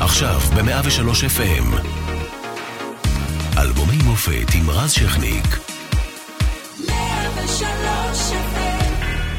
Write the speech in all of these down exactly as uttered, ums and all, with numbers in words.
עכשיו ב-מאה ושלוש אף אם. אלבומי מופת עם רז שכניק. מאה ושלוש אף אם.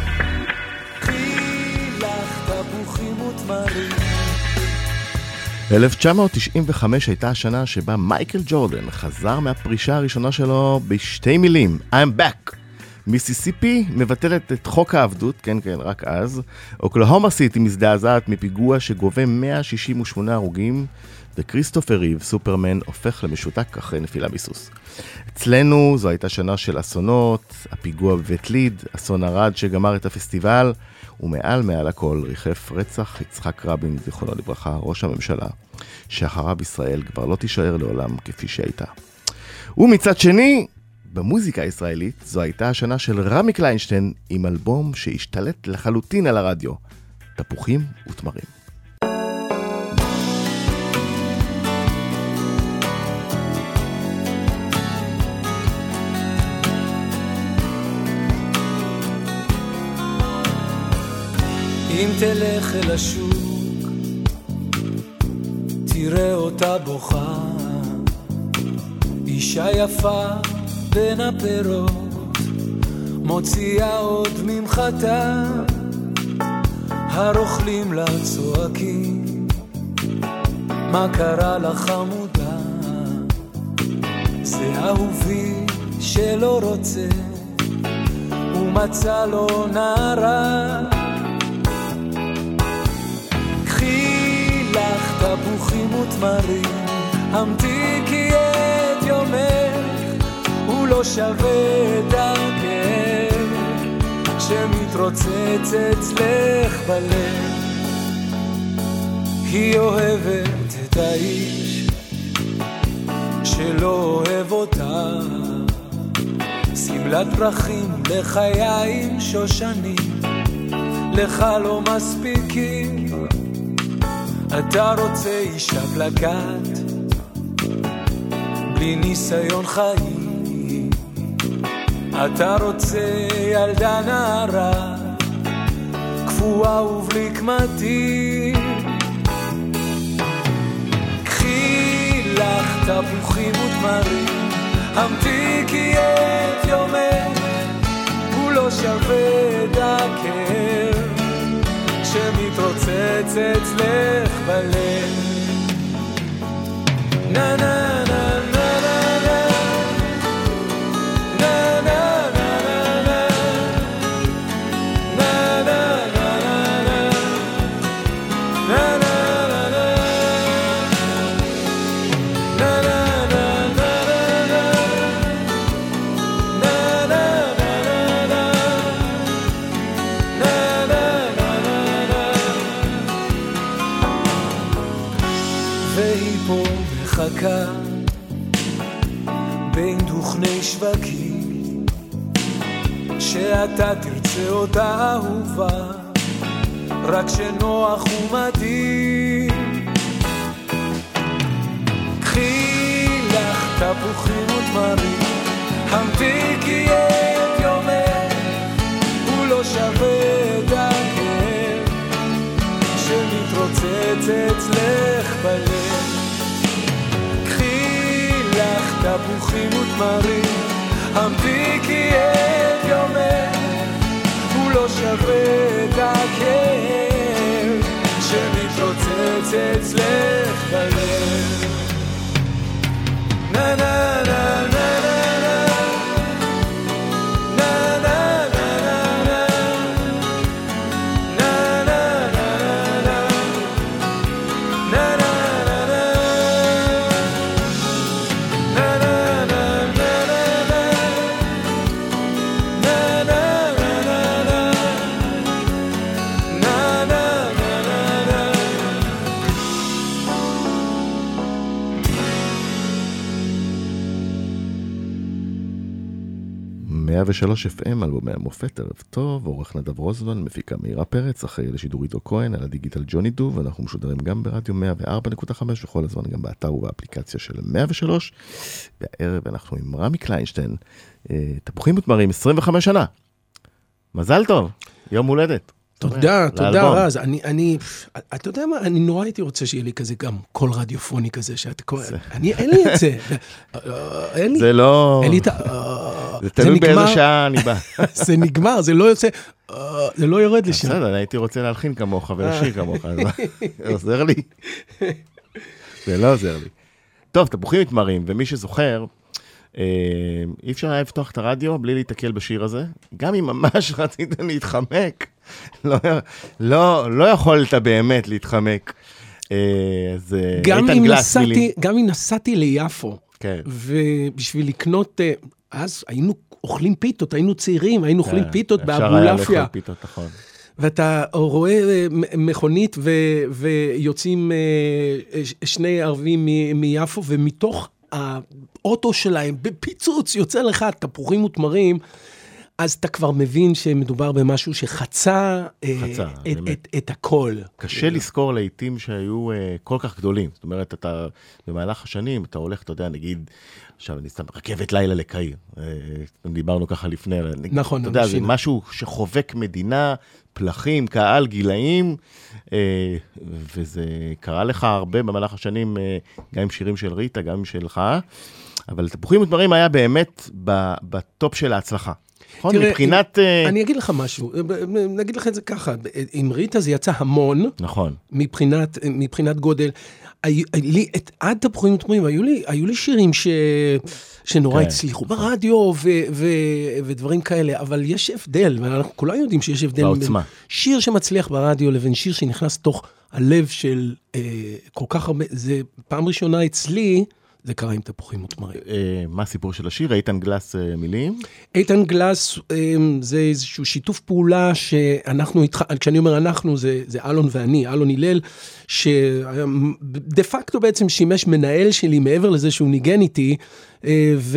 לך תפוחים ותמרים. אלף תשע מאות תשעים וחמש הייתה השנה שבה מייקל ג'ורדן חזר מהפרישה הראשונה שלו בשתי מילים, I'm back. מיסיסיפי מבטלת את חוק העבדות, כן כן, רק אז. אוקלהומה סיטי מזדעזעת מפיגוע שגובה מאה שישים ושמונה הרוגים, וכריסטופר ריב, סופרמן, הופך למשותק אחרי נפילה מסוס. אצלנו זו הייתה שנה של אסונות, הפיגוע בבית ליד, אסון הרד שגמר את הפסטיבל, ומעל מעל הכל ריחף רצח יצחק רבין, זיכרונו לברכה, ראש הממשלה, שאחריו ישראל כבר לא תישאר לעולם כפי שהייתה. ומצד שני, במוזיקה הישראלית זו הייתה השנה של רמי קליינשטיין עם אלבום שהשתלט לחלוטין על הרדיו, תפוחים ותמרים. אם תלך אל השוק תראה אותה בוכה, אישה יפה בין הפירות מוציאה עוד ממחתה, הרוכלים לה צועקים מה קרה לך חמודה, זה אהובי שלא רוצה ומצא לו נערה, קחי לך תפוחים ותמרים, המתיקי את יומך, הוא לא שווה את הכאב שמתרוצץ אצלך בלב, היא אוהבת את האיש שלא אוהב אותה, סמלת פרחים לחיים שושנים, לך לא מספיקים, אתה רוצה אישה פלקט בלי ניסיון חיים, אתה רוצה ילדה נערה קפואה ובלי קמטים, קחי לך תפוחים ותמרים, המתיקי את יומך, הוא לא שווה את הכאב שמתרוצץ אצלך בלב, נה נה נה נה נה נה נה נה נה בין דוכני שווקים שאתה תרצה אותה אהובה, רק שנוח ומדהים, קחי לך תפוחים ותמרים, המתיקי את יומך, הוא לא שווה את הכאב שמתרוצץ אצלך בלב, לך תפוחים ותמרים, המתיקי את יומך, הוא לא שווה את הכאב שמתרוצץ אצלך בלב, נה נה נה נה מאה ושלוש אף אם, אלבומי המופת, ערב טוב, עורך נדב רוזמן, מפיקה מאירה פרץ, אחראי לשידור עידו כהן, על הדיגיטל ג'וני דו, ואנחנו משודרים גם ברדיו מאה וארבע נקודה חמש, וכל הזמן גם באתר ובאפליקציה של מאה ושלוש, בערב אנחנו עם רמי קליינשטיין, תפוחים ותמרים, עשרים וחמש שנה. מזל טוב, יום הולדת. תודה, תודה רז. אני, אני, אתה יודע מה, אני נורא הייתי רוצה שיהיה לי כזה גם קול רדיופוני כזה, אני, אין לי את זה. אין לי. זה לא... אין לי את ה... זה תלוי באיזה שעה אני בא. זה נגמר, זה לא יוצא, זה לא יורד לשם. בסדר, אני הייתי רוצה להלחין כמוך ולשיר כמוך, אז זה עוזר לי. זה לא עוזר לי. טוב, תפוחים מתמרים, ומי שזוכר, אי אפשר היה לפתוח את הרדיו בלי להתקל בשיר הזה, גם אם ממש רציתם להתחמק, לא, לא, לא יכולת באמת להתחמק. זה איתן גלס מילים. גם אם נסעתי ליפו, כן. ובשביל לקנות, אז היינו אוכלים פיתות, היינו צעירים, היינו אוכלים פיתות באבולאפיה. אפשר היה לאכול פיתות, נכון. ואתה רואה מכונית ויוצאים שני ערבים מיפו, ומתוך האוטו שלהם בפיצוץ יוצא לך תפוחים ותמרים, אז אתה כבר מבין שמדובר במשהו שחצה חצה, את, את, את הכל. קשה לזכור לעתים שהיו כל כך גדולים. זאת אומרת, אתה במהלך השנים, אתה הולך, אתה יודע, נגיד, עכשיו אני סתם רכבת לילה לקהיר. דיברנו ככה לפני. נכון. אתה יודע, זה משהו שחובק מדינה, פלחים, קהל, גילאים, וזה קרה לך הרבה במהלך השנים, גם עם שירים של ריטה, גם עם שלך, אבל תפוחים ותמרים היה באמת בטופ של ההצלחה. נכון, מבחינת... אני אגיד לך משהו, נגיד לך את זה ככה, עם ריטה זה יצא המון, נכון. מבחינת, מבחינת גודל, לי, את, עד תפוחים ותמרים, היו לי, היו לי שירים ש, שנורא הצליחו ברדיו ו, ו, ודברים כאלה, אבל יש הבדל, ואנחנו כולם יודעים שיש הבדל בין שיר שמצליח ברדיו לבין שיר שנכנס תוך הלב של אה, כל כך הרבה, זה פעם ראשונה אצלי, זה קרה עם תפוחים ותמרים. מה הסיפור של השיר? איתן גלס מילים? איתן גלס זה איזשהו שיתוף פעולה שאנחנו, כשאני אומר אנחנו, זה, זה אלון ואני, אלון הלל, שדה פקטו בעצם שימש מנהל שלי מעבר לזה שהוא ניגן איתי, ו,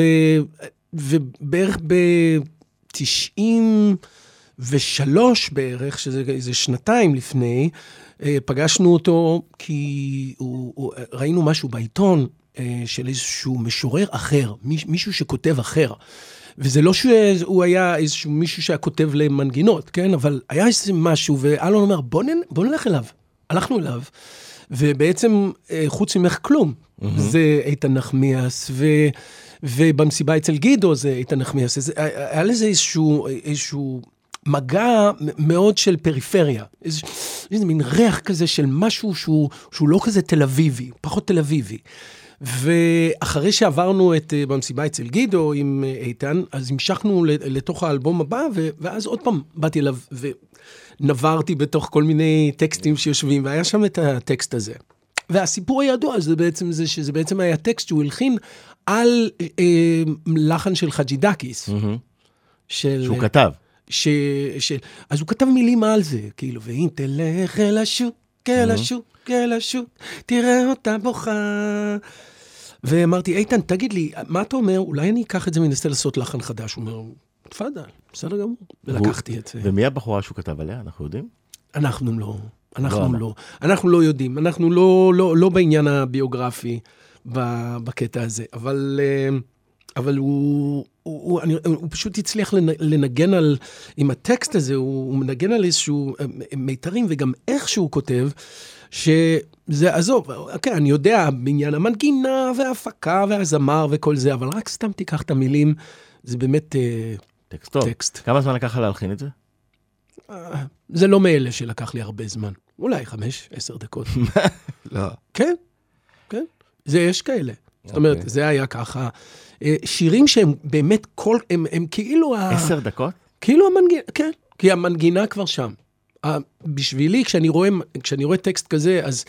ובערך ב-תשעים ושלוש בערך, שזה איזה שנתיים לפני, פגשנו אותו כי הוא, הוא, ראינו משהו בעיתון, של איזשהו משורר אחר, מישהו שכותב אחר. וזה לא שהוא היה איזשהו מישהו שהיה כותב למנגינות, כן? אבל היה איזה משהו, ואלון אומר, בוא, נ... בוא נלך אליו. הלכנו אליו, ובעצם חוץ ממך כלום. Mm-hmm. זה איתן נחמיאס, ו... ובמסיבה אצל גידו זה איתן נחמיאס. זה... היה לזה איזשהו... איזשהו... מגע מאוד של פריפריה, איזה, איזה מין ריח כזה של משהו שהוא, שהוא לא כזה תל אביבי, פחות תל אביבי. ואחרי שעברנו את, במסיבה אצל גידו עם איתן, אז המשכנו לתוך האלבום הבא, ואז עוד פעם באתי אליו ונברתי בתוך כל מיני טקסטים שיושבים, והיה שם את הטקסט הזה. והסיפור הידוע זה בעצם זה, שזה בעצם היה טקסט שהוא הלחין על אה, לחן של חג'ידקיס. Mm-hmm. של... שהוא כתב. ש... ש... אז הוא כתב מילים על זה, כאילו, ואם תלך אל השוק, אל השוק, אל השוק, תראה אותה בוכה. ואמרתי, איתן, תגיד לי, מה אתה אומר? אולי אני אקח את זה ונסה לעשות לחן חדש. הוא אומר, תפדל, בסדר גמור. ולקחתי את זה. ומי הבחורה שהוא כתב עליה, אנחנו יודעים? אנחנו לא, אנחנו לא. לא. אנחנו לא יודעים, אנחנו לא, לא, לא בעניין הביוגרפי בקטע הזה, אבל... אבל הוא, הוא, הוא, אני, הוא פשוט הצליח לנגן על, עם הטקסט הזה, הוא, הוא מנגן על איזשהו מיתרים, וגם איך שהוא כותב, שזה, עזוב, אוקיי, אני יודע, בעניין המנגינה וההפקה והזמר וכל זה, אבל רק סתם תיקח את המילים, זה באמת טקסט טוב. טקסט. כמה זמן לקח להלחין את זה? זה לא מאלה שלקח לי הרבה זמן. אולי חמש, עשר דקות. לא. כן, כן. זה יש כאלה. זאת אומרת, זה היה ככה. שירים שהם באמת כל, הם, הם כאילו... עשר דקות? כאילו המנגינה, כן. כי המנגינה כבר שם. בשבילי, כשאני רואה, כשאני רואה טקסט כזה, אז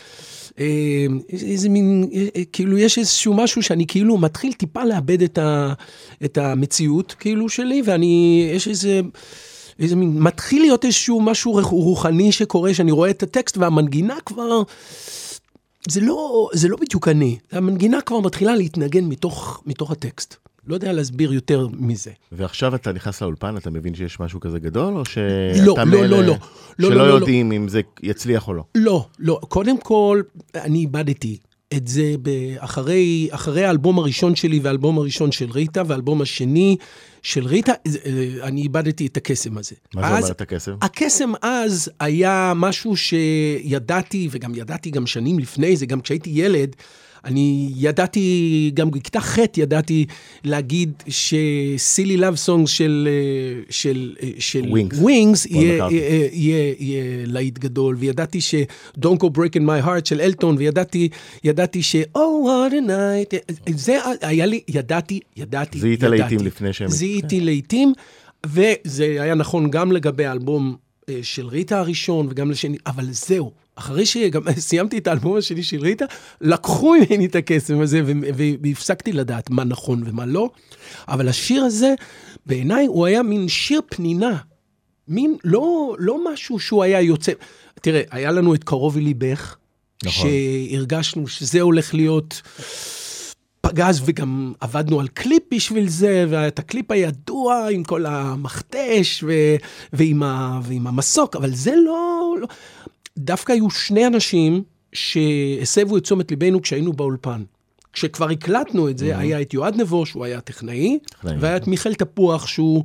איזה מין, כאילו יש איזשהו משהו שאני כאילו מתחיל טיפה לאבד את, ה, את המציאות, כאילו שלי, ואני, יש איזה... איזה מין, מתחיל להיות איזשהו משהו רוחני שקורה, שאני רואה את הטקסט, והמנגינה כבר... זה לא, זה לא בדיוק אני. המנגינה כבר מתחילה להתנגן מתוך, מתוך הטקסט. לא יודע להסביר יותר מזה. ועכשיו אתה נכנס לאולפן, אתה מבין שיש משהו כזה גדול, או שאתה לא, לא, לא, לא. שלא לא, לא, יודעים לא. אם זה יצליח או לא? לא, לא. קודם כל, אני איבדתי את זה אחרי, אחרי האלבום הראשון שלי והאלבום הראשון של ריטה, והאלבום השני של ריטה, אני איבדתי את הקסם הזה. מה זה אומר את הקסם? הקסם אז היה משהו שידעתי, וגם ידעתי גם שנים לפני זה, גם כשהייתי ילד, אני ידעתי, גם בכיתה ח' ידעתי להגיד שסילי לאב סונג של, של, של ווינגס יהיה, יהיה, יהיה להיט גדול, וידעתי ש-Don't Go Breaking My Heart של אלטון, וידעתי, ידעתי ש- Oh, what a night, זה היה לי, ידעתי, ידעתי, זיהית לעיתים לפני שהם... זיהיתי לעיתים, וזה היה נכון גם לגבי האלבום של ריטה הראשון, וגם לשני, אבל זהו. אחרי שגם סיימתי את האלבום השני של ריטה, לקחו ממני את הקסם הזה, והפסקתי לדעת מה נכון ומה לא. אבל השיר הזה, בעיניי, הוא היה מין שיר פנינה. מין, לא, לא משהו שהוא היה יוצא. תראה, היה לנו את קרוב ליבך, נכון. שהרגשנו שזה הולך להיות פגז, וגם עבדנו על קליפ בשביל זה, ואת הקליפ הידוע עם כל המכתש, ו, ועם, ה, ועם המסוק, אבל זה לא... לא דווקא היו שני אנשים שהסבו את תשומת ליבנו כשהיינו באולפן. כשכבר הקלטנו את זה, היה את יועד נבו, שהוא היה טכנאי, והיה את מיכאל תפוח, שהוא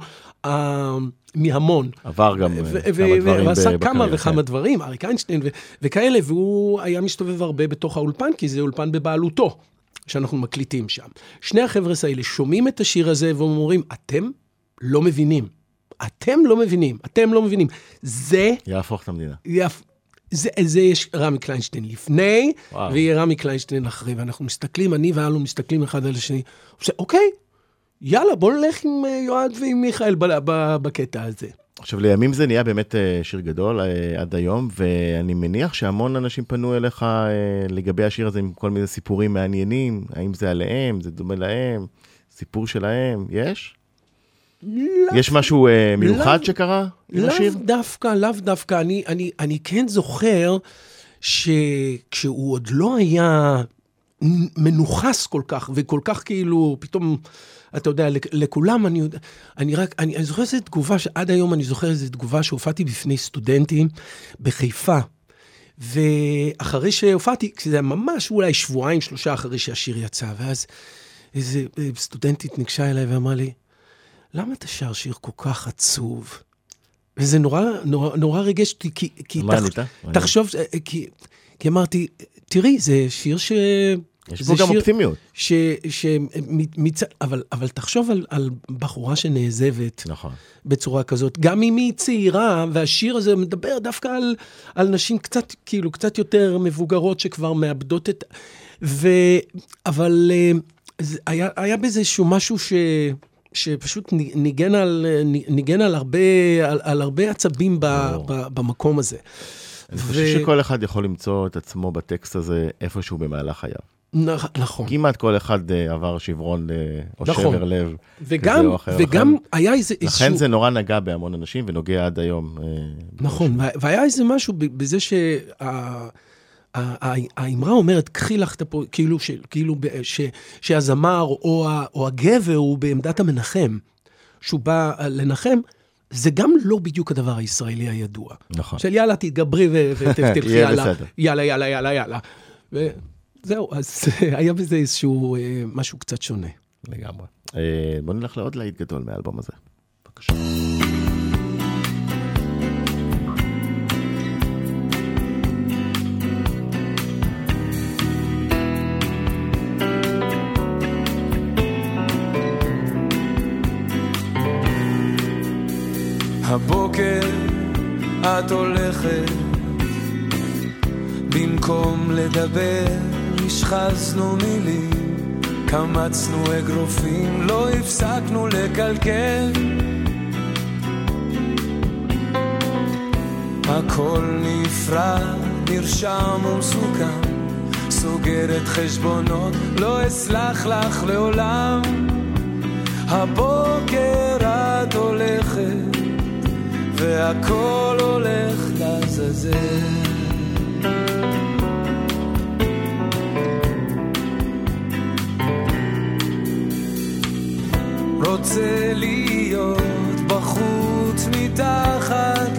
מהמון. עבר גם כמה דברים. ועשה כמה וכמה דברים, אריק איינשטיין וכאלה, והוא היה מסתובב הרבה בתוך האולפן, כי זה אולפן בבעלותו, שאנחנו מקליטים שם. שני החבר'ה האלה שומעים את השיר הזה, ואומרים, אתם לא מבינים. אתם לא מבינים. אתם לא מבינים. זה... יהפוך את המדינה. יהפוך. זה, זה יש רמי קליינשטיין לפני, וואו. ויהיה רמי קליינשטיין אחרי, ואנחנו מסתכלים, אני ואלו מסתכלים אחד על השני, ושאומר, אוקיי, יאללה, בוא נלך עם יועד ועם מיכאל ב, ב, בקטע הזה. עכשיו, לימים זה נהיה באמת שיר גדול עד היום, ואני מניח שהמון אנשים פנו אליך לגבי השיר הזה, עם כל מיני סיפורים מעניינים, האם זה עליהם, זה דומה להם, סיפור שלהם, יש? יש משהו מיוחד שקרה? לאו דווקא, לאו דווקא. אני, אני, אני כן זוכר שכשהוא עוד לא היה מנוחס כל כך, וכל כך כאילו, פתאום, אתה יודע, לכולם, אני, אני רק, אני, אני זוכר איזו תגובה, שעד היום אני זוכר איזו תגובה שהופעתי בפני סטודנטים בחיפה, ואחרי שהופעתי, זה היה ממש אולי שבועיים, שלושה אחרי שהשיר יצא, ואז איזו סטודנטית ניגשה אליי ואמרה לי, למה אתה שר שיר כל כך עצוב? וזה נורא, נורא, נורא רגש אותי, כי, כי תח, תחשוב, כי, כי אמרתי, תראי, זה שיר ש... יש פה גם אופטימיות. ש, ש, מצ... אבל, אבל תחשוב על, על בחורה שנעזבת, נכון. בצורה כזאת, גם אם היא צעירה, והשיר הזה מדבר דווקא על, על נשים קצת, כאילו, קצת יותר מבוגרות שכבר מאבדות את... ו... אבל היה, היה בזה שהוא משהו ש... שפשוט ניגן על, ניגן על הרבה, על, על הרבה עצבים ב, ב, במקום הזה. אני חושב שכל אחד יכול למצוא את עצמו בטקסט הזה איפשהו במהלך חייו. נכון. כמעט כל אחד עבר שברון או שבר לב כזה או אחר. וגם היה איזה... לכן זה נורא נגע בהמון אנשים ונוגע עד היום. נכון, והיה איזה משהו בזה שה... האמרה אומרת, קחי לך את פה, כאילו, כאילו שהזמר או הגבר הוא בעמדת המנחם, שהוא בא לנחם, זה גם לא בדיוק הדבר הישראלי הידוע. נכון. של יאללה, תתגברי ותלכי, יאללה, יאללה, יאללה, יאללה, יאללה. וזהו, אז היה בזה איזשהו משהו קצת שונה. לגמרי. בוא נלך לעוד להיט גדול מהאלבום הזה. בבקשה. הבוקר את הולכת, במקום לדבר השחזנו מילים, קמצנו אגרופים, לא הפסקנו לקלקל, הכל נפרד, נרשם ומסוכם, סוגרת חשבונות, לא אסלח לך לעולם. הבוקר את הולכת והכל הולך לעזאזל, רוצה להיות בחוץ מתחת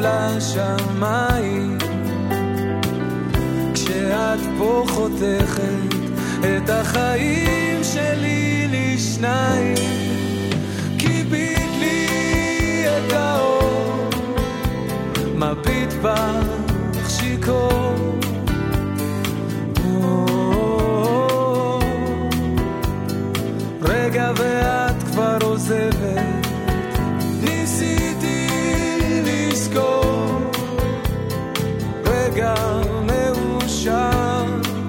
לשמיים, כשאת פה חותכת את החיים שלי לשניים, כיבית לי את האור, מביט בך שיקור. רגע ואת כבר עוזבת, ניסיתי לזכור, רגע מאושר.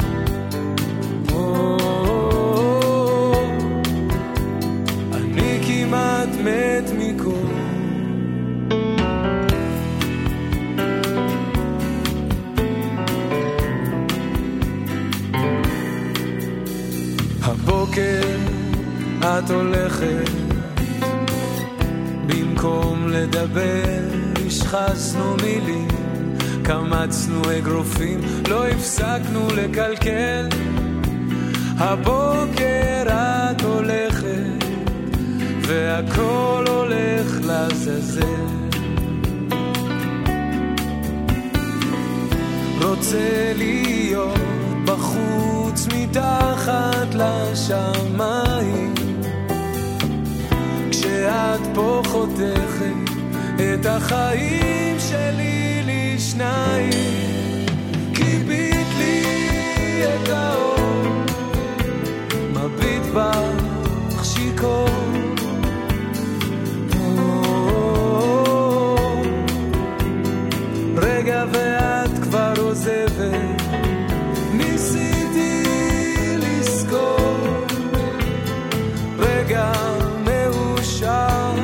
אני כמעט מת מכל. הבוקר את הולכת, במקום לדבר השחסנו מילים, קמצנו אגרופים, לא הפסקנו לקלקל. הבוקר את הולכת והכל הולך לזזל. רוצה להיות בחוץ מתחת לשמיים, כשאת פה חותכת את החיים שלי לשניים, כיבית לי את האור, מביט בך שיקור. רגע ואת כבר עוזבת, ניסיתי לזכור, רגע מאושר.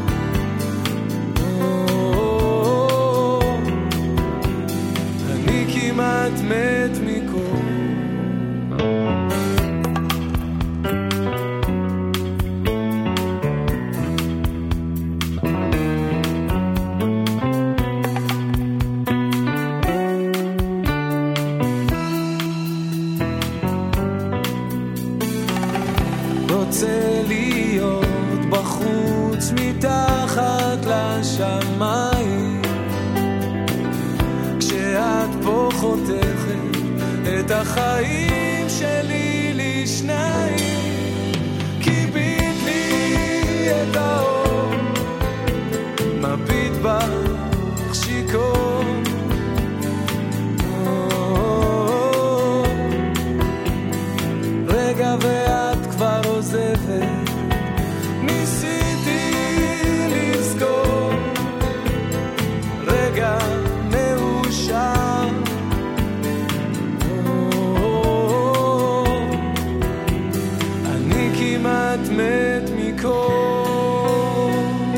אני כמעט מת מכל. רוצה להיות בחוץ מתחת לשמיים, כשאת פה חותכת את החיים שלי לשניים, כיבית לי את האור, מביט בך שיקור. רגע ואת כבר עוזבת, ניסיתי לזכור, רגע מאושר. אני כמעט מת מכל.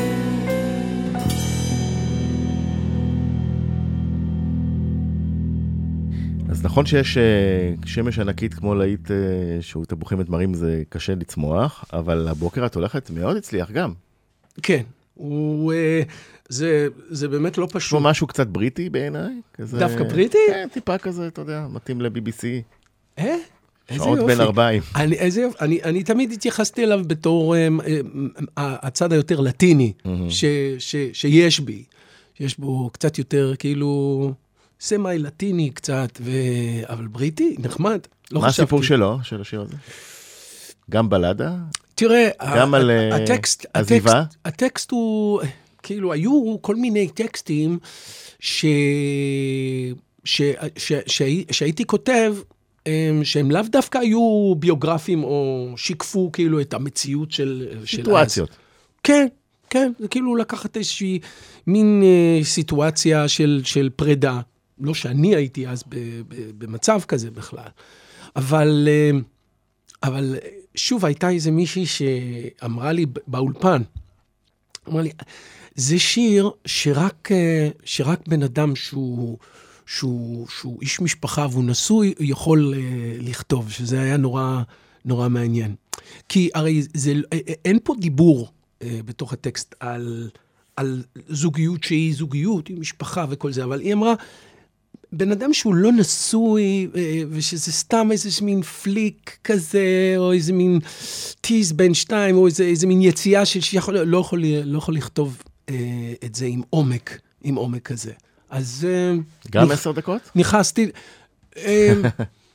אז נכון שיש אה, שמש ענקית כמו להיט אה, שהוא תפוחים ותמרים, זה קשה לצמוח, אבל הבוקר את הולכת מאוד הצליח גם. כן, הוא, אה, זה, זה באמת לא כמו פשוט. משהו קצת בריטי בעיניי. כזה, דווקא בריטי? כן, טיפה כזה, אתה יודע, מתאים ל-בי בי סי. אה? איזה שעות יופי. בין ארבעים. אני, איזה יופי. אני, אני תמיד התייחסתי אליו בתור אה, אה, הצד היותר לטיני, ש, ש, שיש בי. יש בו קצת יותר כאילו סמי לטיני קצת, ו... אבל בריטי, נחמד. לא מה חשבתי. הסיפור שלו, של השיר הזה? גם בלדה? תראה, גם ה- על, ה- אה, הטקסט, עזיבה? הטקסט, הטקסט הוא, כאילו, היו כל מיני טקסטים ש... ש... ש... ש... שהייתי כותב, הם, שהם לאו דווקא היו ביוגרפיים או שיקפו כאילו את המציאות של... של סיטואציות. אז. כן, כן, זה כאילו לקחת איזושהי מין אה, סיטואציה של, של פרידה. לא שאני הייתי אז ב, ב, במצב כזה בכלל. אבל, אה, אבל שוב, הייתה איזה מישהי שאמרה לי באולפן, אמרה לי, זה שיר שרק, אה, שרק בן אדם שהוא... שהוא, שהוא איש משפחה והוא נשוי, הוא יכול אה, לכתוב, שזה היה נורא, נורא מעניין. כי הרי זה, אין פה דיבור אה, בתוך הטקסט על, על זוגיות שהיא זוגיות, היא משפחה וכל זה, אבל היא אמרה, בן אדם שהוא לא נשוי, אה, ושזה סתם איזה מין פליק כזה, או איזה מין טיז בין שתיים, או איזה, איזה מין יציאה של שיכול, לא יכול, לא יכול לכתוב אה, את זה עם עומק, עם עומק כזה. אז... גם נכ... עשר דקות? נכנסתי...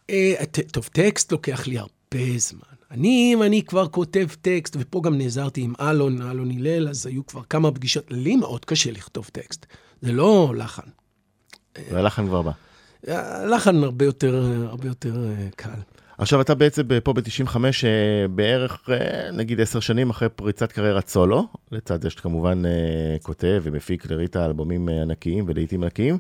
טוב, טקסט לוקח לי הרבה זמן. אני, אם אני כבר כותב טקסט, ופה גם נעזרתי עם אלון, אלון הלל, אז היו כבר כמה פגישות. לי מאוד קשה לכתוב טקסט. זה לא לחן. והלחן כבר בא. לחן הרבה יותר, הרבה יותר קל. עכשיו אתה בעצם פה ב-תשעים וחמש, בערך נגיד עשר שנים אחרי פריצת קריירת סולו, לצד זה שאתה כמובן כותב ומפיק לריטה אלבומים ענקיים ולעיתים ענקיים,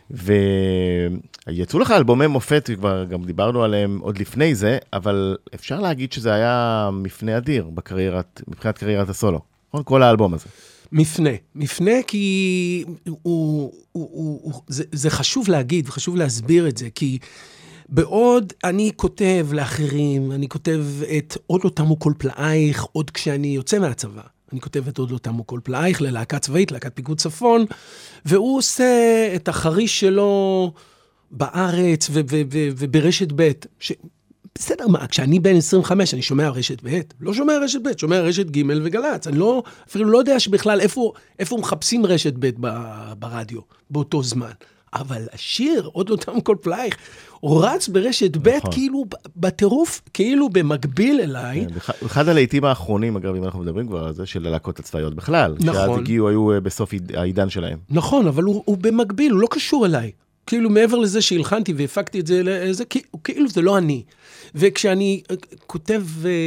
ויצאו לך אלבומי מופת, כבר גם דיברנו עליהם עוד לפני זה, אבל אפשר להגיד שזה היה מפנה אדיר בקריירת, מבחינת קריירת הסולו, כל האלבום הזה. מפנה, מפנה כי הוא, הוא, הוא, הוא, זה, זה חשוב להגיד, וחשוב להסביר את זה, כי בעוד אני כותב לאחרים, אני כותב את עוד לא תמו כל פלאייך, עוד כשאני יוצא מהצבא. אני כותב את עוד לא תמו כל פלאייך ללהקה צבאית, להקת פיקוד צפון, והוא עושה את החריש שלו בארץ ו- ו- ו- וברשת ב' ש... בסדר, מה, כשאני בן עשרים וחמש, אני שומע רשת ב', לא שומע רשת ב', שומע רשת ג' וגלץ. אני לא, אפילו לא יודע שבכלל איפה, איפה מחפשים רשת ב' ברדיו, באותו זמן. אבל השיר, עוד לא תמו כל פלאייך, הוא רץ ברשת ב' כאילו בטירוף, כאילו במקביל אליי. אחד הלעיתים האחרונים, אגב, אם אנחנו מדברים כבר על זה, של הלהקות הצבאיות בכלל, שאז הגיעו, היו בסוף העידן שלהם. נכון, אבל הוא במקביל, הוא לא קשור אליי. כאילו מעבר לזה שהלחנתי והפקתי את זה, כאילו זה לא אני. וכשאני כותב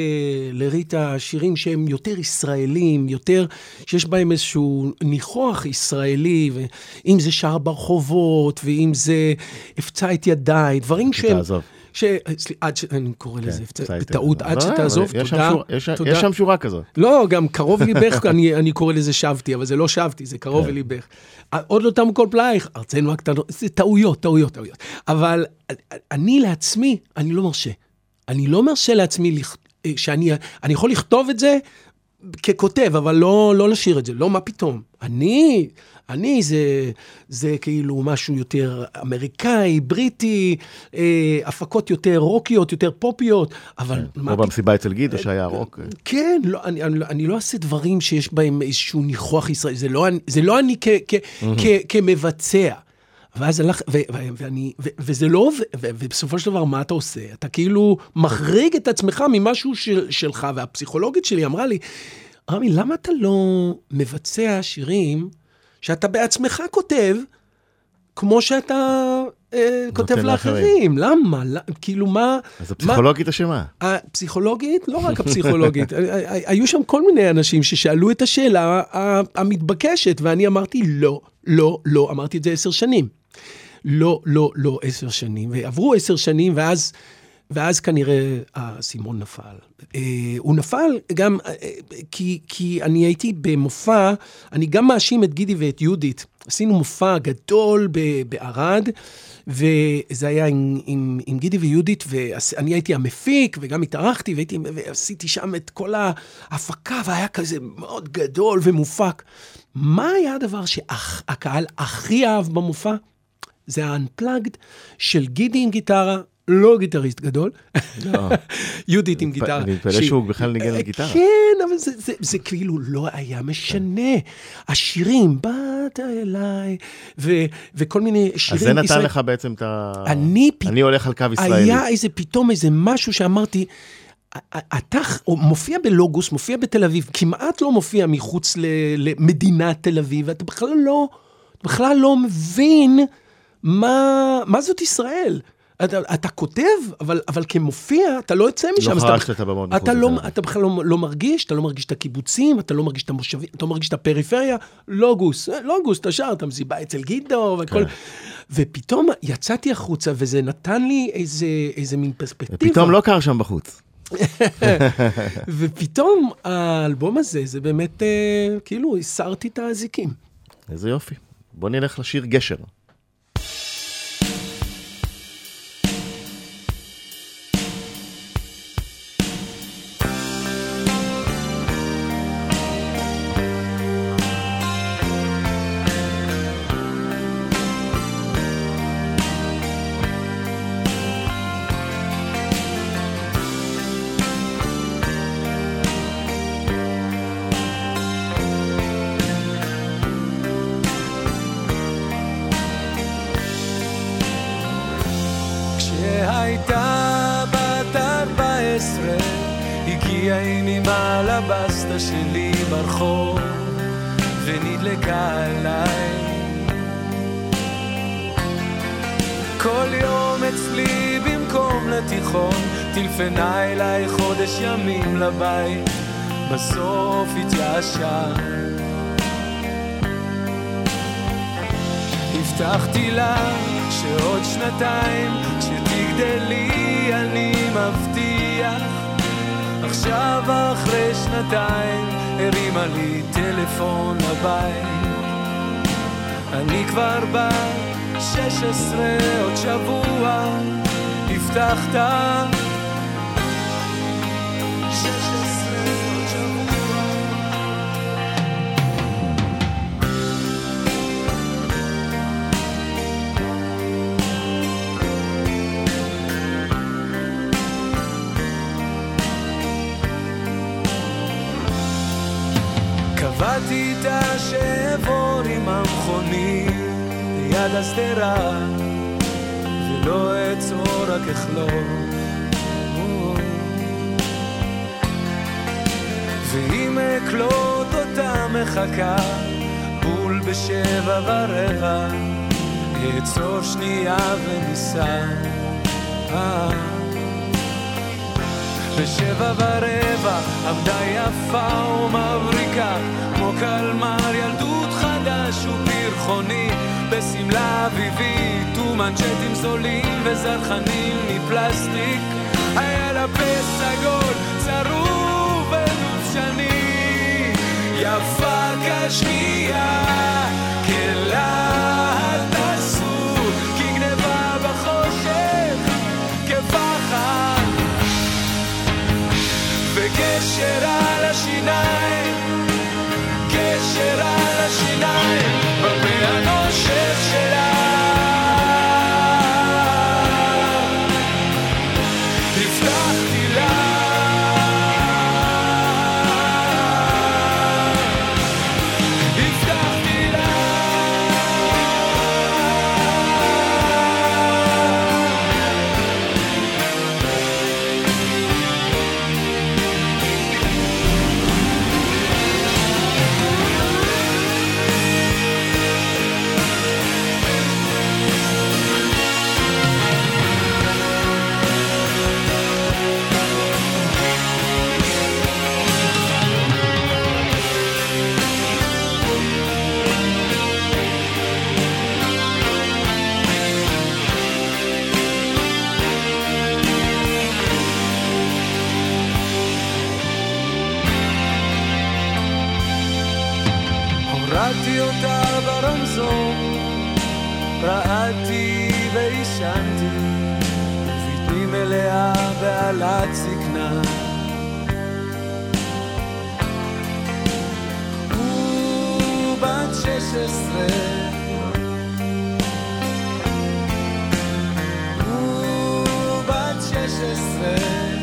לריטה שירים שהם יותר ישראלים, יותר, שיש בהם איזשהו ניחוח ישראלי, ואם זה שר ברחובות, ואם זה הפצע את ידיי, דברים שהם... תעזוב. ש... עד ש... אני קורא לזה, בטעות, עד שתעזוב, תודה. יש שם שורה כזאת. לא, גם קרוב ליבך, אני קורא לזה שבתי, אבל זה לא שבתי, זה קרוב ליבך. עוד לא תמו כל פלאייך, ארצנו הקטנות, זה טעויות, טעויות, טעויות. אבל אני לעצמי, אני לא מרשה. אני לא מרשה לעצמי, שאני אני יכול לכתוב את זה ככותב, אבל לא, לא לשיר את זה, לא מה פתאום. אני, אני זה, זה כאילו משהו יותר אמריקאי, בריטי, אה, הפקות יותר רוקיות, יותר פופיות, אבל... כן, או במסיבה אצל גידו שהיה רוק. כן, לא, אני, אני, אני לא אעשה דברים שיש בהם איזשהו ניחוח ישראל, זה לא, זה לא אני כ, כ, כ, כמבצע. ואז הלך, ו, ו, ואני, ו, וזה לא, ו, ו, ובסופו של דבר, מה אתה עושה? אתה כאילו מחריג את עצמך ממשהו של, שלך, והפסיכולוגית שלי אמרה לי, רמי, למה אתה לא מבצע שירים שאתה בעצמך כותב, כמו שאתה אה, כותב לאחרים? למה? כאילו מה... אז הפסיכולוגית אשמה. הפסיכולוגית, לא רק הפסיכולוגית, היו שם כל מיני אנשים ששאלו את השאלה המתבקשת, ואני אמרתי לא, לא, לא, אמרתי את זה עשר שנים. לא, לא, לא, עשר שנים, ועברו עשר שנים, ואז, ואז כנראה הסימון נפל. אה, הוא נפל גם, אה, כי, כי אני הייתי במופע, אני גם מאשים את גידי ואת יהודית, עשינו מופע גדול בערד, וזה היה עם, עם, עם גידי ויהודית, ואני הייתי המפיק, וגם התארחתי, והייתי, ועשיתי שם את כל ההפקה, והיה כזה מאוד גדול ומופק. מה היה הדבר שהקהל הכי אהב במופע? זה ה-unplugged של גידי עם גיטרה, לא גיטריסט גדול, יהודית עם גיטרה. אני מתפלא שהוא בכלל ניגן על גיטרה. כן, אבל זה כאילו לא היה משנה. השירים, באת אליי, וכל מיני שירים... אז זה נתן לך בעצם את ה... אני הולך על קו ישראלי. היה איזה פתאום איזה משהו שאמרתי, אתה מופיע בלוגוס, מופיע בתל אביב, כמעט לא מופיע מחוץ למדינת תל אביב, ואתה בכלל לא, בכלל לא מבין מה, מה זאת ישראל. אתה, אתה כותב, אבל, אבל כמופיע, אתה לא יוצא משם. לא חרשת את הבמות. אתה, לא, אתה בכלל לא, לא מרגיש, אתה לא מרגיש את הקיבוצים, אתה לא מרגיש את המושבים, אתה לא מרגיש את הפריפריה, לוגוס, לוגוס, אתה שר, אתה מסיבה אצל גידו, וכל... כן. ופתאום יצאתי החוצה, וזה נתן לי איזה, איזה מין פרספקטיבה. ופתאום לא קר שם בחוץ. ופתאום האלבום הזה, זה באמת, אה, כאילו, הסרתי את האזיקים. איזה יופי. בוא נלך לשיר גשר. הייתה בת ארבע עשרה, הגיעה עם אמא לבסטה שלי ברחוב ונדלקה עליי. כל יום אצלי במקום לתיכון טלפנה אליי חודש ימים לבית, בסוף התייאשה. הבטחתי לה שעוד שנתיים כשתגדלי אני מבטיח. עכשיו אחרי שנתיים הרימה לי טלפון לבית. אני כבר בת שש עשרה, עוד שבוע הבטחת. שש עשרה עוד שבוע. קבעתי איתה שעבור עם המכונית ליד הסתרה ולא אצור רק אחלום. ואם אקלוט אותה מחכה בול בשבע ורבע, אעצור שנייה וניסה. בשבע ורבע עמדה יפה ומבריקה כמו קלמר, ילדות חדש ופרחוני בסמלה אביבית ומנצ'טים זולים וזרחנים מפלסטיק. היה לה פה סגול צרוב ודובשני, יפה כשנייה כלהט אסור, כגנבה בחושך כפחד וגשר על השיניים, גשר על השיניים בפה הנושך שלה. הבטחתי לה הבטחתי לה ראיתי אותה ברמזור, רעדתי וישנתי, ובטני מלאה בעלת זקנה. ובת שש עשרה, ובת שש עשרה,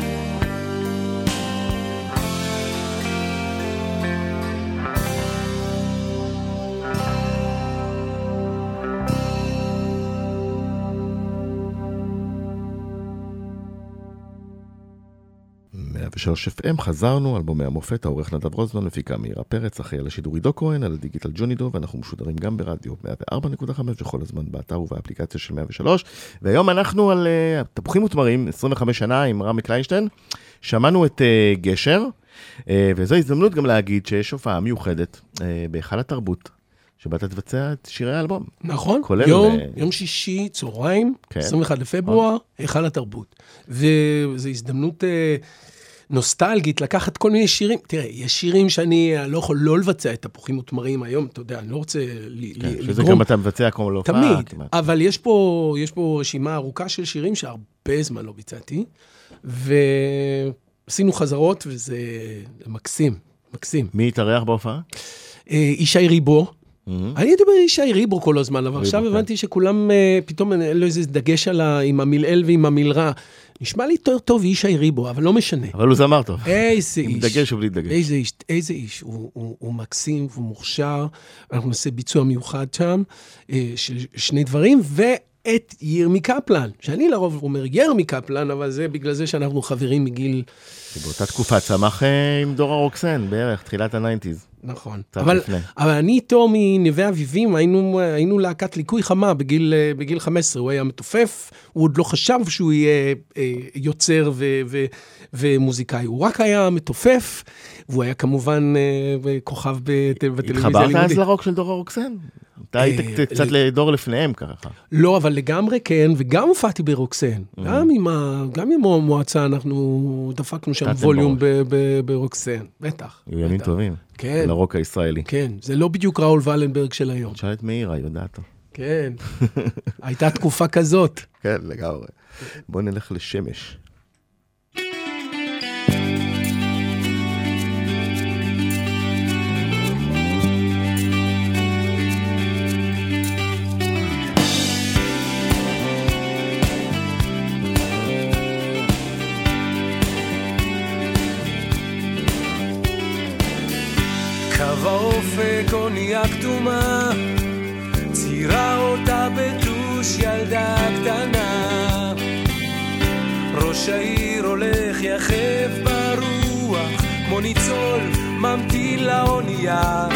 ושלוש אף אם חזרנו, אלבומי המופת, העורך נדב רוזנון, מפיקה מאירה פרץ, אחראי על השידור עידו כהן, על הדיגיטל ג'וני דו, ואנחנו משודרים גם ברדיו מאה וארבע נקודה חמש וכל הזמן באתר ובאפליקציה של מאה ושלוש, והיום אנחנו על uh, תפוחים ותמרים, עשרים וחמש שנה עם רמי קליינשטיין, שמענו את uh, גשר, uh, וזו הזדמנות גם להגיד שיש הופעה מיוחדת uh, בהיכל התרבות, שבאת תבצע את שירי האלבום. נכון, כולל יום, ל... יום שישי, צהריים, כן. עשרים ואחד לפברואר, היכל התרבות. וזו הזדמנות אה, נוסטלגית לקחת כל מיני שירים. תראה, יש שירים שאני לא יכול לא לבצע את תפוחים ותמרים היום, אתה יודע, אני לא רוצה ל- כן, לגרום. שזה גם אתה מבצע כמו לא הופעה. תמיד, כמעט. אבל יש פה, יש פה רשימה ארוכה של שירים שהרבה זמן לא ביצעתי, ועשינו חזרות, וזה מקסים, מקסים. מי התארח בהופעה? אה, ישי ריבו, אני אדבר ישי ריבו כל הזמן, אבל עכשיו הבנתי שכולם, פתאום אין לו איזה דגש עם המילאל ועם המילרע. נשמע לי יותר טוב ישי ריבו, אבל לא משנה. אבל הוא זמר טוב. איזה איש. עם דגש ובלי דגש. איזה איש, איזה איש. הוא, הוא, הוא מקסים והוא מוכשר. אנחנו נעשה ביצוע מיוחד שם, של שני דברים, את ירמי קפלן, שאני לרוב אומר ירמי קפלן, אבל זה בגלל זה שאנחנו חברים מגיל... באותה תקופה צמח עם דורה רוקסן, בערך, תחילת ה-תשעים. נכון. אבל, אבל אני איתו מנווה אביבים, היינו, היינו להקת ליקוי חמה בגיל, בגיל חמש עשרה, הוא היה מתופף, הוא עוד לא חשב שהוא יהיה יוצר ו, ו, ומוזיקאי, הוא רק היה מתופף, והוא היה כמובן כוכב בטלוויזיה. התחברת אז לרוק של דורה רוקסן? אתה היית קצת לדור לפניהם ככה. לא, אבל לגמרי כן, וגם הופעתי ברוקסן. גם עם המועצה אנחנו דפקנו שם ווליום ברוקסן, בטח. היו ימים טובים. כן. לרוק הישראלי. כן, זה לא בדיוק ראול ולנברג של היום. תשאל את מאירה, יודעת. כן, הייתה תקופה כזאת. כן, לגמרי. בוא נלך לשמש. באופק אונייה כתומה, צירה אותה בטוש ילדה קטנה. ראש העיר הולך יחף ברוח, כמו ניצול ממתין לאונייה.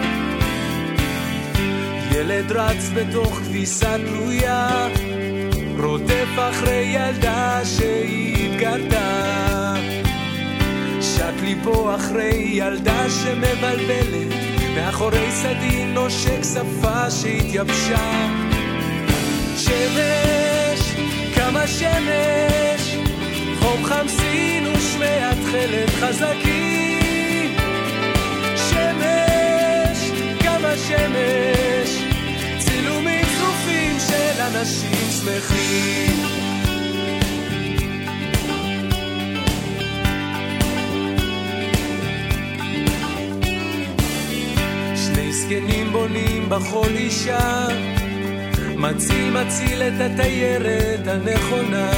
ילד רץ בתוך כביסה תלויה, רודף אחרי ילדה שהתגרתה. שט לי פה אחרי ילדה שמבלבלת, מאחורי סדין נושק שפה שהתייבשה. שמש, כמה שמש, חום חמסין ושמי התחלת חזקים. שמש, כמה שמש, צילומים צרופים של אנשים שמחים. זקנים בונים בחול אישה, מציל מציל את התיירת הנכונה.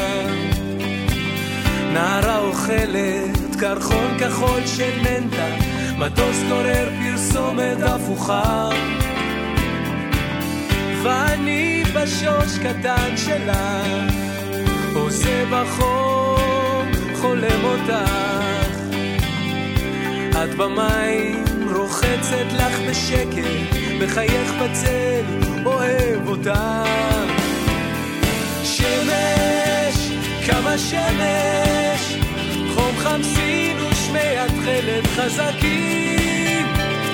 נערה אוכלת קרחון כחול של מנטה, מטוס קורר פרסומת הפוכה. ואני בשוש קטן שלה, עושה בחום חולם אותך. את במים רוחצת לך בשקט, בחייך בצל אוהב אותה. שמש, כמה שמש, חום חמסין ושמי התחלת חזקים.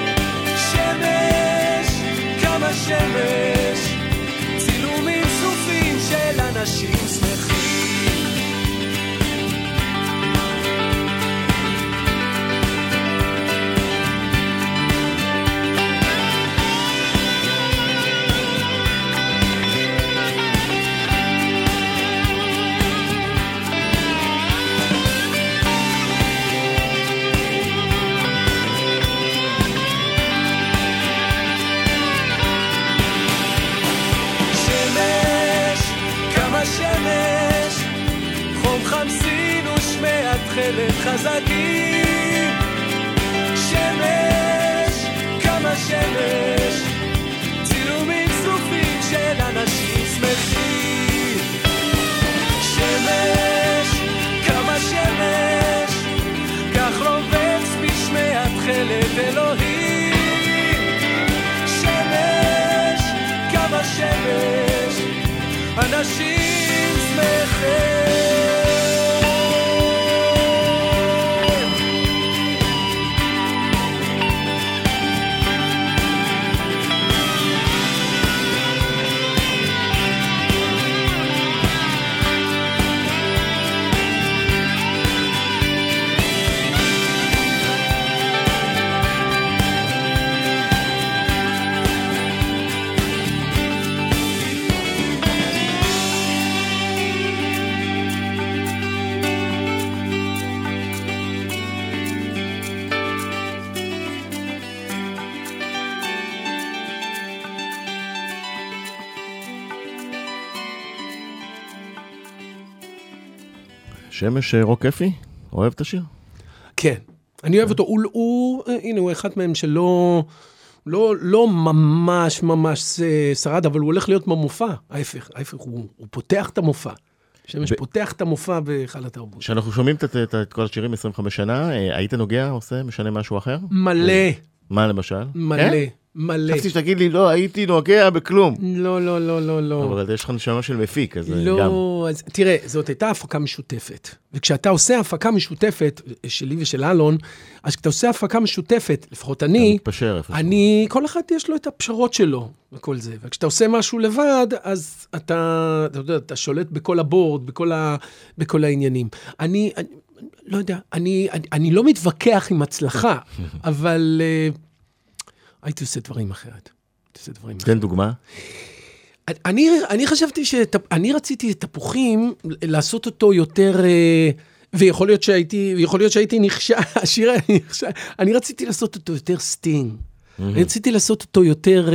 שמש, כמה שמש, צילומים סופים של אנשים שמחים. התחלת חזקים. שמש, כמה שמש, צילומים צרופים של אנשים שמחים. שמש, כמה שמש, כך רובץ בשמי התחלת אלוהים. שמש, כמה שמש, אנשים שמחים. שמש רוק אפי? אוהב את השיר? כן, אני אוהב אותו. הוא, הוא, הנה, הוא אחד מהם שלא לא, לא ממש ממש שרד, אבל הוא הולך להיות במופע, ההפך, ההפך, הוא, הוא פותח את המופע. שמש ב... פותח את המופע בהיכל התרבות. כשאנחנו שומעים את, את, את כל השירים עשרים וחמש שנה, היית נוגע, עושה, משנה משהו אחר? מלא. מה למשל? מלא. כן? מלא. חשבתי שתגיד לי, לא, הייתי נוגע בכלום. לא, לא, לא, לא, לא. אבל יש לך נשמה של מפיק, אז לא, גם. אז תראה, זאת הייתה הפקה משותפת. וכשאתה עושה הפקה משותפת, שלי ושל אלון, אז כשאתה עושה הפקה משותפת, לפחות אני, מתפשר, אני, כל אחד יש לו את הפשרות שלו, וכל זה. וכשאתה עושה משהו לבד, אז אתה, אתה יודע, אתה שולט בכל הבורד, בכל, ה, בכל העניינים. אני, אני, לא יודע, אני, אני, אני לא מתווכח עם הצלחה, אבל... הייתי עושה דברים אחרת. תן דוגמה. אני, אני חשבתי שאני רציתי את תפוחים, לעשות אותו יותר, ויכול להיות שהייתי, ויכול להיות שהייתי נכשל, השיר היה נכשל, אני רציתי לעשות אותו יותר סטינג. אני רציתי לעשות אותו יותר,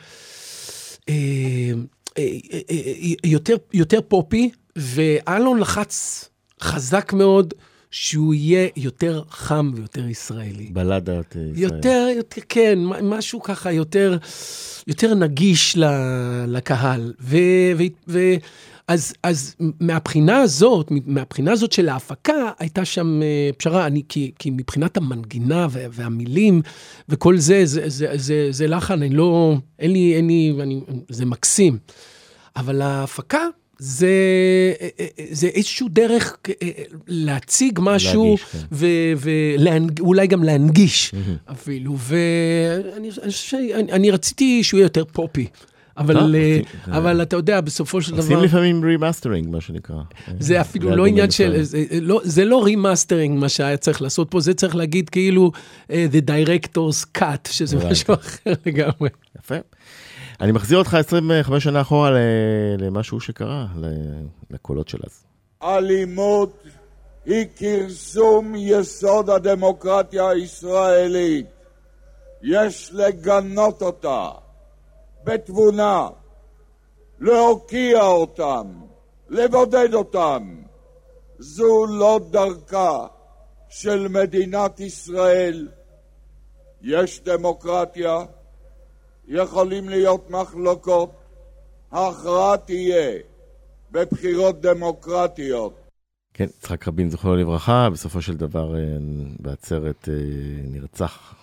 יותר, יותר פופי, ואלון לחץ חזק מאוד, שהוא יהיה יותר חם ויותר ישראלי. בלדת ישראל. יותר, יותר, כן, משהו ככה יותר, יותר נגיש לקהל. ו, ו, ו, אז, אז מהבחינה הזאת, מהבחינה הזאת של ההפקה, הייתה שם פשרה, אני, כי, כי מבחינת המנגינה והמילים, וכל זה, זה, זה, זה, זה לחן, אני לא, אין לי, אין לי, אני, זה מקסים. אבל ההפקה, זה, זה איזשהו דרך להציג משהו, ואולי גם להנגיש אפילו, ואני אני רציתי שהוא יהיה יותר פופי, אבל, אבל אתה יודע, בסופו של דבר... עושים לפעמים רימאסטרינג, מה שנקרא. זה אפילו לא עניין של... זה לא רימאסטרינג מה שהיה צריך לעשות פה, זה צריך להגיד כאילו the director's cut, שזה משהו אחר לגמרי. יפה. אני מחזיר אותך עשרים וחמש שנה אחורה למשהו שקרה, לקולות של אז. אלימות היא כרסום יסוד הדמוקרטיה הישראלית. יש לגנות אותה בתבונה, להוקיע אותם, לבודד אותם. זו לא דרכה של מדינת ישראל. יש דמוקרטיה, יכולים להיות מחלוקות, ההכרעה תהיה בבחירות דמוקרטיות. כן, יצחק רבין זכרו לברכה, בסופו של דבר בעצרת נרצח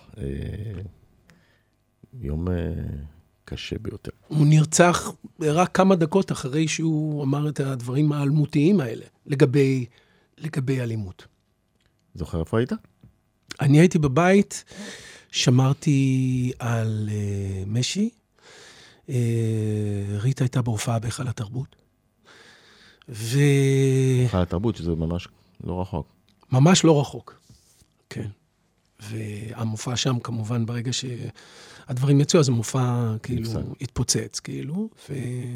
יום קשה ביותר. הוא נרצח רק כמה דקות אחרי שהוא אמר את הדברים האלמותיים האלה, לגבי, לגבי אלימות. זוכר איפה היית? אני הייתי בבית, שמרתי על uh, משי, uh, ריטה הייתה בהופעה בהיכל התרבות. ו... בהיכל התרבות, שזה ממש לא רחוק. ממש לא רחוק, כן. והמופע שם, כמובן, ברגע שהדברים יצאו, אז המופע כאילו התפוצץ, כאילו, ו...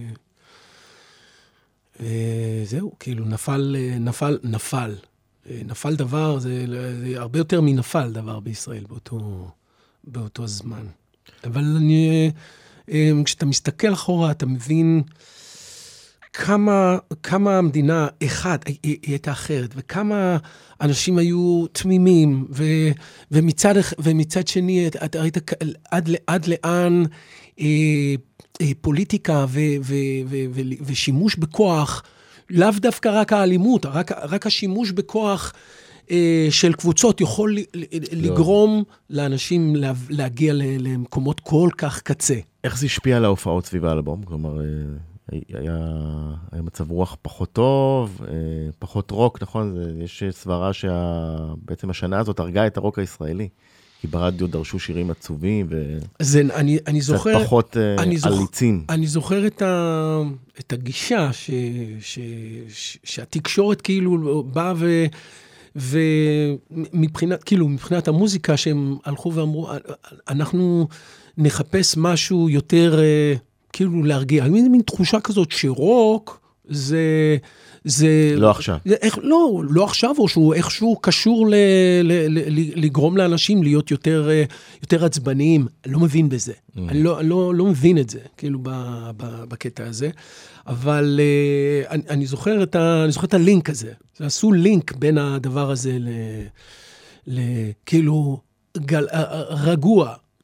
וזהו, כאילו נפל, נפל, נפל. נפל דבר, זה, זה הרבה יותר מנפל דבר בישראל באותו, באותו זמן. אבל אני, כשאתה מסתכל אחורה, אתה מבין כמה, כמה המדינה, אחד, היא הייתה אחרת, וכמה אנשים היו תמימים, ו, ומצד, ומצד שני, אתה ראית עד, עד לאן אה, אה, פוליטיקה ו, ו, ו, ו, ושימוש בכוח, לאו דווקא רק האלימות, רק, רק השימוש בכוח אה, של קבוצות יכול לגרום לאנשים לה, להגיע למקומות כל כך קצה. איך זה השפיע על ההופעות סביב האלבום? כלומר, היה, היה מצב רוח פחות טוב, פחות רוק, נכון? יש סברה שבעצם השנה הזאת הרגה את הרוק הישראלי. כי ברדיו דרשו שירים עצובים וקצת פחות עליצים. אני זוכר את, ה, את הגישה ש, ש, ש, שהתקשורת כאילו באה ו... ומבחינת, כאילו, מבחינת המוזיקה שהם הלכו ואמרו, אנחנו נחפש משהו יותר, כאילו, להרגיע. מין, מין תחושה כזאת שרוק זה... זה... לא עכשיו. איך, לא, לא עכשיו, או שהוא איכשהו קשור ל, ל, ל, לגרום לאנשים להיות יותר, יותר עצבניים. אני לא מבין בזה. Mm. אני לא, לא, לא מבין את זה, כאילו, ב, ב, בקטע הזה. אבל uh, אני, אני, זוכר את ה, אני זוכר את הלינק הזה. זה עשו לינק בין הדבר הזה ל... ל כאילו, גל, רגוע.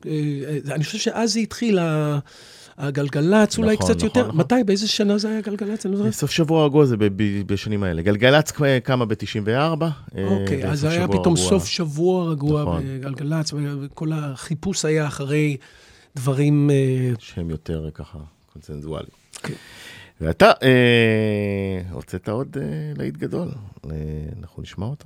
אני חושב שאז זה התחיל, הגלגלץ אולי נכון, קצת נכון, יותר. נכון. מתי? באיזה שנה זה היה גלגלץ? אני לא זוכר. סוף שבוע רגוע זה ב- ב- בשנים האלה. גלגלץ קמה ב-תשעים וארבע. אוקיי, אז היה פתאום סוף שבוע רגוע בגלגלץ, וכל החיפוש היה אחרי דברים... שהם יותר ככה קונצנזואליים. כן. ואתה אה, הוצאת עוד אה, להיט גדול. אה, אנחנו נשמע אותו.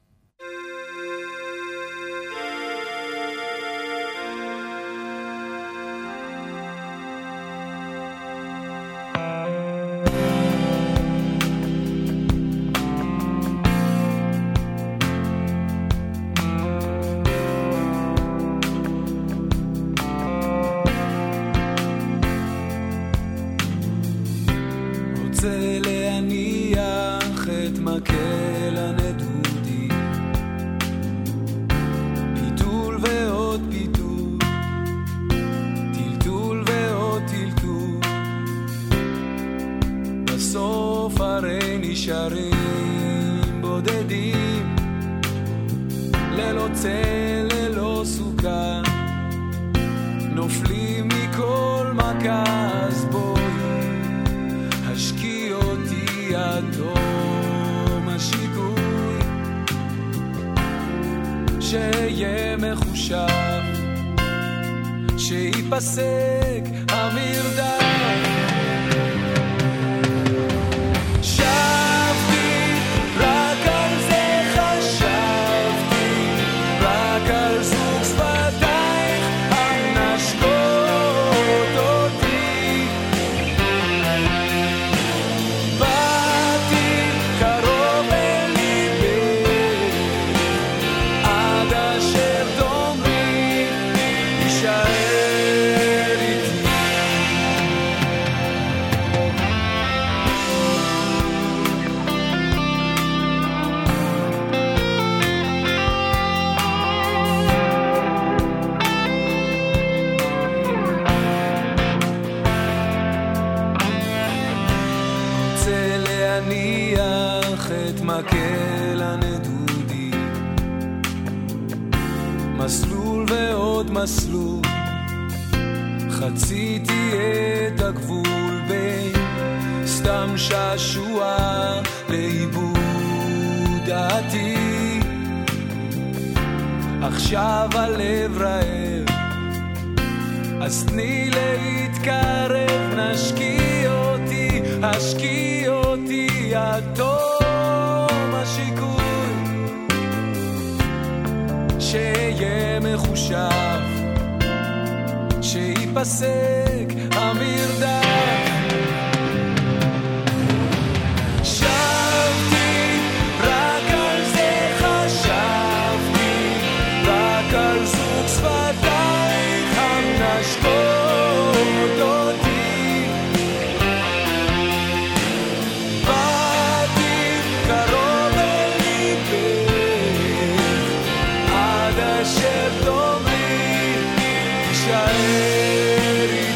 רוצה להניח את מקל הנדודי, פיתול ועוד פיתול, טלטול ועוד טלטול, בסוף הרי נשארים בודדים, ללא צל, ללא סוכה, נופלים מכל מכה, אז בואי השקיע אותי עד תום השיקוי, שיהיה מחושב, שיפסק המרדף. שבתי, רק על זה חשבתי, רק על זוג שפתייך הנשקות אותי. באתי קרוב אל ליבך, עד אשר תאמרי, תישאר איתי. רוצה להניח את מקל הנדודי, מסלול ועוד מסלול, חציתי את הגבול בין סתם שעשוע לאיבוד דעתי. עכשיו הלב רעב, אז תני להתקרב, נשקיע אותי, השקיע אותי עד תום השיקוי, שיהיה מחושב, שיפסק המרדף. שבתי, רק על זה חשבתי, רק על זוג שפתייך הנשקות אותי. באתי קרוב אל ליבך, עד אשר תאמרי, תישאר איתי.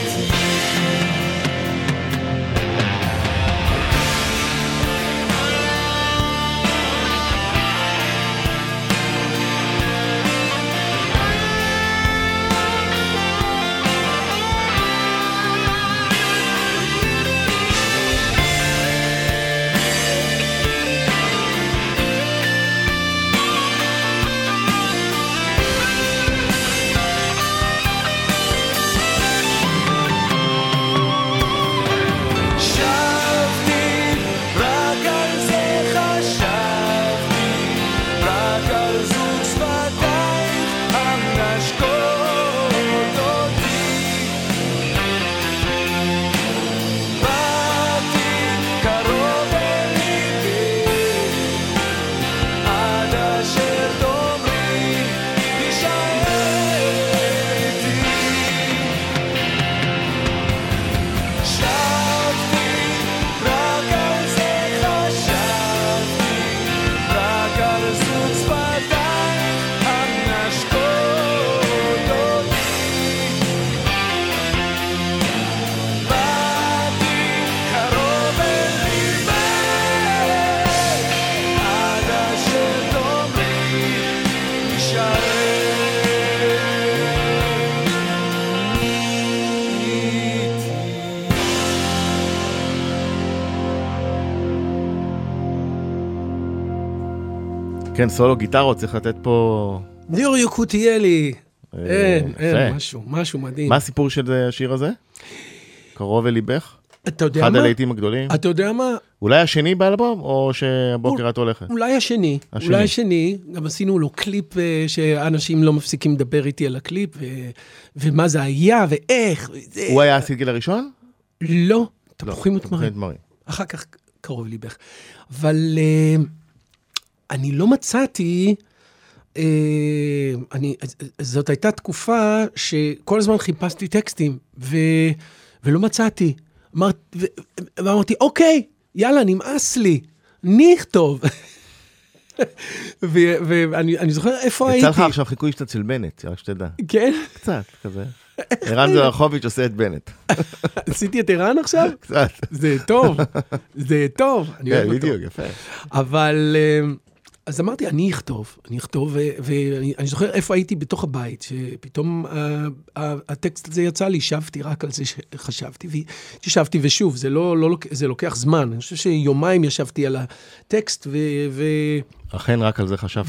כן, סולו גיטרות, צריך לתת פה... ליאור יקותיאלי. אה, אין, יפה. אין, משהו, משהו מדהים. מה הסיפור של השיר הזה? קרוב אל ליבך? אתה יודע אחד מה? הלהיטים הגדולים? אתה יודע מה? אולי השני באלבום, או שהבוקר את הולכת? אולי השני, השני. אולי השני, גם עשינו לו קליפ אה, שאנשים לא מפסיקים לדבר איתי על הקליפ, ו- ומה זה היה, ואיך. וזה- הוא היה הסינגל הראשון? לא, תפוחים ותמרים. תמרים. אחר כך קרוב ליבך. אבל אה, אני לא מצאתי, אה, אני, זאת הייתה תקופה שכל הזמן חיפשתי טקסטים, ו, ולא מצאתי. אמר, ו, ואמרתי, אוקיי, יאללה, נמאס לי, אני אכתוב. ו- ואני אני זוכר איפה הייתי. יצא לך עכשיו חיקוי שאתה אצל בנט, רק שתדע. כן? קצת, כזה. ערן זרחוביץ' עושה את בנט. עשיתי את ערן עכשיו? קצת. זה טוב, זה טוב, אני אוהב כן, אותו. בדיוק, יפה. אבל, אה, אז אמרתי, אני אכתוב, אני אכתוב, ו- ואני אני זוכר איפה הייתי בתוך הבית, שפתאום ה- ה- הטקסט הזה יצא לי, שבתי רק על זה שחשבתי, וישבתי, ושוב, זה לא, לא, לוק- זה לוקח זמן, אני חושב שיומיים ישבתי על הטקסט, ו... ו- אכן רק על זה חשבת.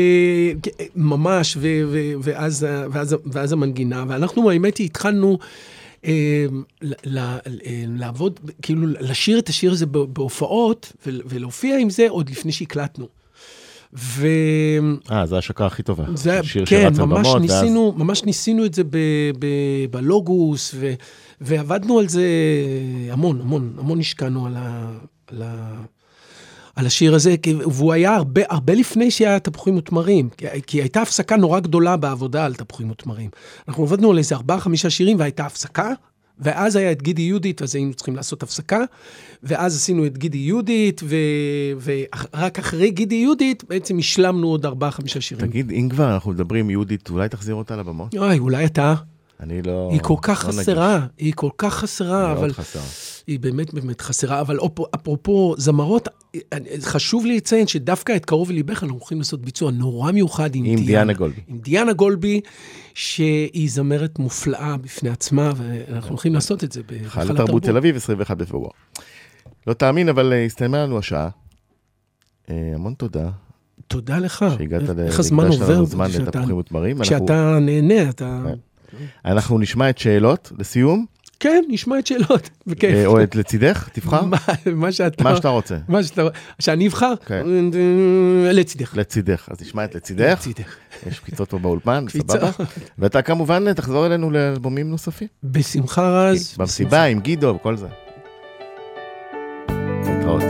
וממש, ו- ו- ואז, ה- ואז, ואז המנגינה, ואנחנו, האמת היא, התחלנו אה, ל- ל- לעבוד, כאילו, לשיר את השיר הזה בהופעות, ו- ולהופיע עם זה עוד לפני שהקלטנו. ו... אה, זו ההשקה הכי טובה. זה, שיר כן, שרץ על ממש במות, ניסינו, ממש ניסינו את זה ב, ב, בלוגוס, ו, ועבדנו על זה המון, המון, המון השקענו על, ה, על, ה, על השיר הזה, כי- והוא היה הרבה, הרבה לפני שהיה תפוחים ותמרים, כי, כי הייתה הפסקה נורא גדולה בעבודה על תפוחים ותמרים. אנחנו עבדנו על איזה ארבעה, חמישה שירים, והייתה הפסקה, ואז היה את גידי יהודית, אז היינו צריכים לעשות הפסקה, ואז עשינו את גידי יהודית, ו... ורק אחרי גידי יהודית, בעצם השלמנו עוד ארבעה, חמישה שירים. תגיד, אם כבר אנחנו מדברים יהודית, אולי תחזיר אותה לבמות? אוי, אולי אתה. אני לא... היא כל כך לא נגיש. חסרה, היא כל כך חסרה, מאוד אבל... חסרה. היא באמת באמת חסרה, אבל אפ- אפרופו זמרות, חשוב לי לציין שדווקא את קרוב ליבך, אנחנו הולכים לעשות ביצוע נורא מיוחד עם, עם דיאנה גולבי. עם דיאנה גולבי, שהיא זמרת מופלאה בפני עצמה, ואנחנו הולכים לעשות את זה בהיכל חל התרבות תל אביב, עשרים ואחד בפברואר. לא תאמין, אבל אה, הסתיימה לנו השעה. אה, המון תודה תודה לך. שהגעת ל... איך הזמן הקדשת לנו עובר, זמן כשאתה- לתפוחים ותמרים. אנחנו- כשאתה נהנה, אתה... אנחנו נשמע את שאלות לסיום, כן, נשמע את שאלות, בכיף. אה, או את לצידך, תבחר, מה- מה שאתה... מה שאתה רוצה. מה שאתה... שאני אבחר? כן. לצידך. לצידך, אז נשמע את לצידך. לצידך. יש קפיצות פה באולפן, קפיצות. סבבה. ואתה כמובן תחזור אלינו לאלבומים נוספים. בשמחה רז. במסיבה, עם גידו וכל זה. להתראות.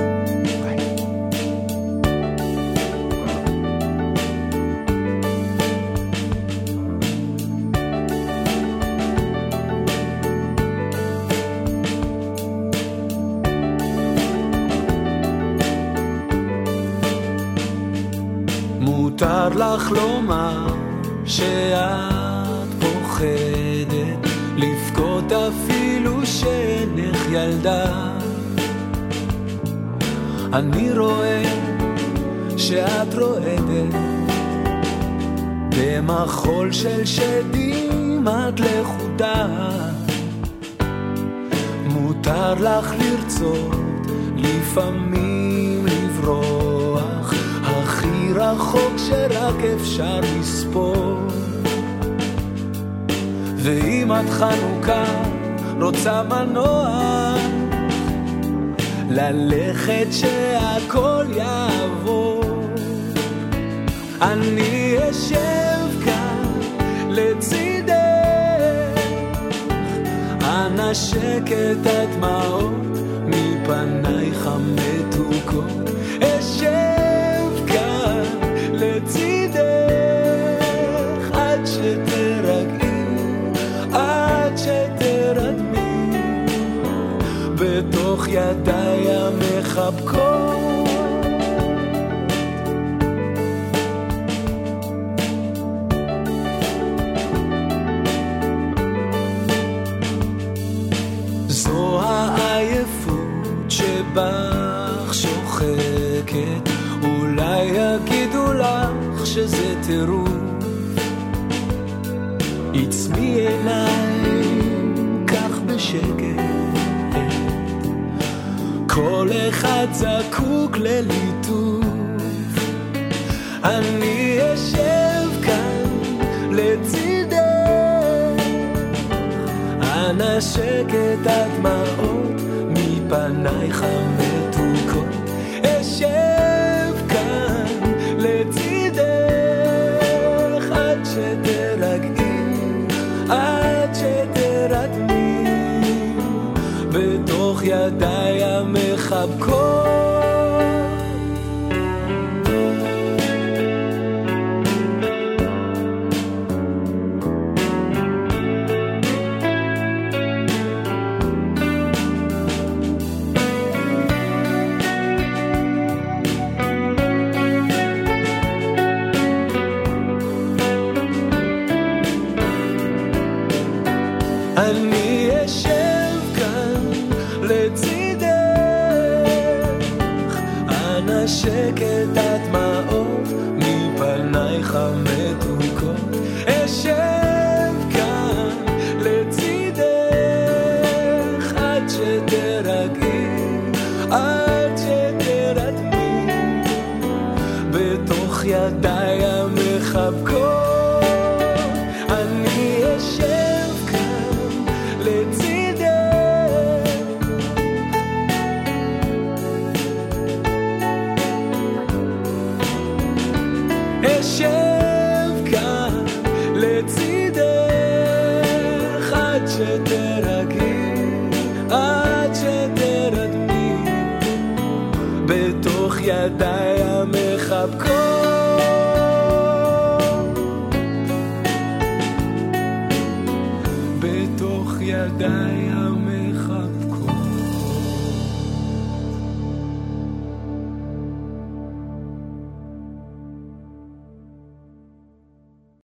מותר לך לומר שאת פוחדת לבכות אפילו שנך ילדה. אני רואה שאת רועדת במחול של שדים את לחודה. מותר לך לרצות לפעמים לברוח הכי רחוק שרק אפשר לספור. ואם את חנוכה רוצה מנוע ללכת שהכל יעבור, אני אשב כאן לצידך, אנשק את הדמעות מפנייך המתוקות. אשב כאן לצידך עד שתרגעי, עד שתרדמי בתוך ידיי המחבקות. זו העייפות שבך שוחקת, אולי יגידו לך שזה טירוף. עצמי עיניים כך בשקט, כל אחד זקוק לליטוף. אני אשב כאן לצידך, אנשק את הדמעות מפנייך המתוקות, אשב כאן לצידך עד שתרגעי, עד שתרדמי בתוך ידיי המחבקות. אני אשב כאן לצידך, אנשק את הדמעות מפנייך המתוקות, אשב כאן לצידך עד שתרגעי, עד שתרדמי בתוך ידיי המחבקות. אני אשב כאן לצידך, אשב כאן לצידך עד שתרגעי, עד שתרדמי בתוך ידיי המחבקות, בתוך ידיי המחבקות.